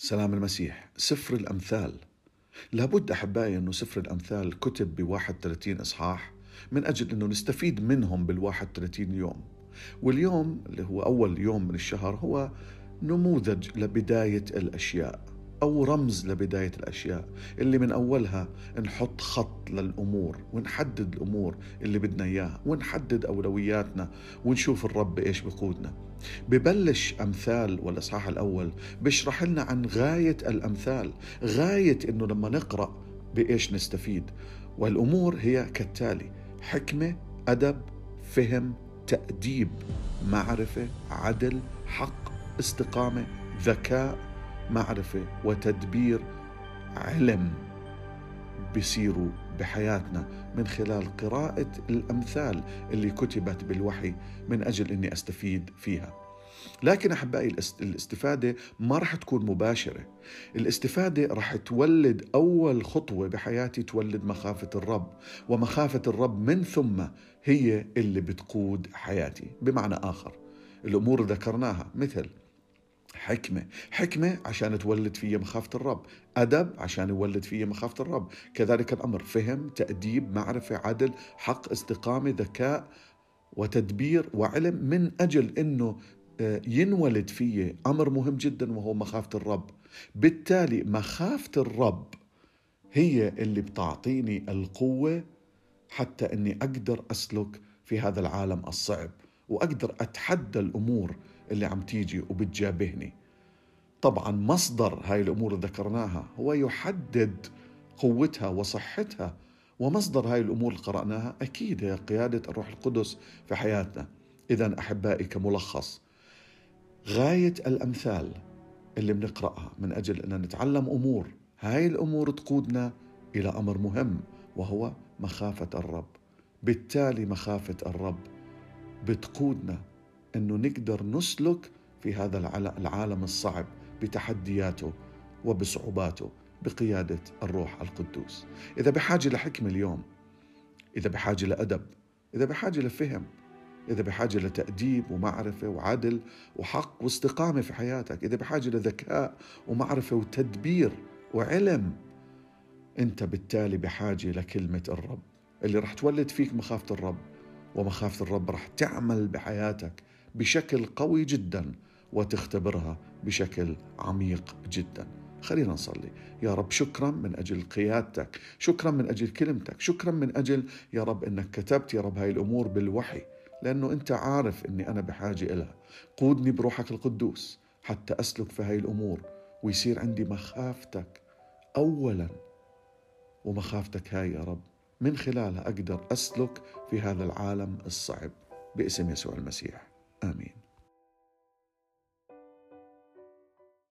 سلام المسيح. سفر الأمثال، لابد أحبائي أنه سفر الأمثال كتب ب31 إصحاح من أجل أنه نستفيد منهم بال31 يوم. واليوم اللي هو أول يوم من الشهر هو نموذج لبداية الأشياء أو رمز لبداية الأشياء اللي من أولها نحط خط للأمور ونحدد الأمور اللي بدنا إياها ونحدد أولوياتنا ونشوف الرب إيش بقودنا. ببلش أمثال والإصحاح الأول بيشرح لنا عن غاية الأمثال، غاية إنه لما نقرأ بإيش نستفيد. والأمور هي كالتالي: حكمة، أدب، فهم، تأديب، معرفة، عدل، حق، استقامة، ذكاء، معرفة وتدبير، علم بيصيروا بحياتنا من خلال قراءة الأمثال اللي كتبت بالوحي من أجل أني أستفيد فيها. لكن أحبائي الاستفادة ما رح تكون مباشرة. الاستفادة رح تولد أول خطوة بحياتي، تولد مخافة الرب، ومخافة الرب من ثم هي اللي بتقود حياتي. بمعنى آخر، الأمور اللي ذكرناها مثل حكمة عشان تولد فيه مخافة الرب، أدب عشان يولد فيه مخافة الرب، كذلك الأمر فهم، تأديب، معرفة، عدل، حق، استقامة، ذكاء وتدبير وعلم، من أجل أنه ينولد فيه أمر مهم جدا وهو مخافة الرب. بالتالي مخافة الرب هي اللي بتعطيني القوة حتى أني أقدر أسلك في هذا العالم الصعب وأقدر أتحدى الأمور اللي عم تيجي وبتجابهني. طبعا مصدر هاي الأمور اللي ذكرناها هو يحدد قوتها وصحتها، ومصدر هاي الأمور اللي قرأناها أكيد هي قيادة الروح القدس في حياتنا. إذن أحبائي، كملخص، غاية الأمثال اللي بنقرأها من أجل أن نتعلم أمور، هاي الأمور تقودنا إلى أمر مهم وهو مخافة الرب. بالتالي مخافة الرب بتقودنا أنه نقدر نسلك في هذا العالم الصعب بتحدياته وبصعوباته بقيادة الروح القدوس. إذا بحاجة لحكمة اليوم، إذا بحاجة لأدب، إذا بحاجة لفهم، إذا بحاجة لتأديب ومعرفة وعدل وحق واستقامة في حياتك، إذا بحاجة لذكاء ومعرفة وتدبير وعلم، أنت بالتالي بحاجة لكلمة الرب اللي رح تولد فيك مخافة الرب. ومخافة الرب رح تعمل بحياتك بشكل قوي جدا وتختبرها بشكل عميق جدا. خلينا نصلي. يا رب، شكرا من أجل قيادتك، شكرا من أجل كلمتك، شكرا من أجل يا رب أنك كتبت يا رب هاي الأمور بالوحي، لأنه أنت عارف أني أنا بحاجة إلها. قودني بروحك القدوس حتى أسلك في هاي الأمور ويصير عندي مخافتك أولا، ومخافتك هاي يا رب من خلالها أقدر أسلك في هذا العالم الصعب. باسم يسوع المسيح، آمين.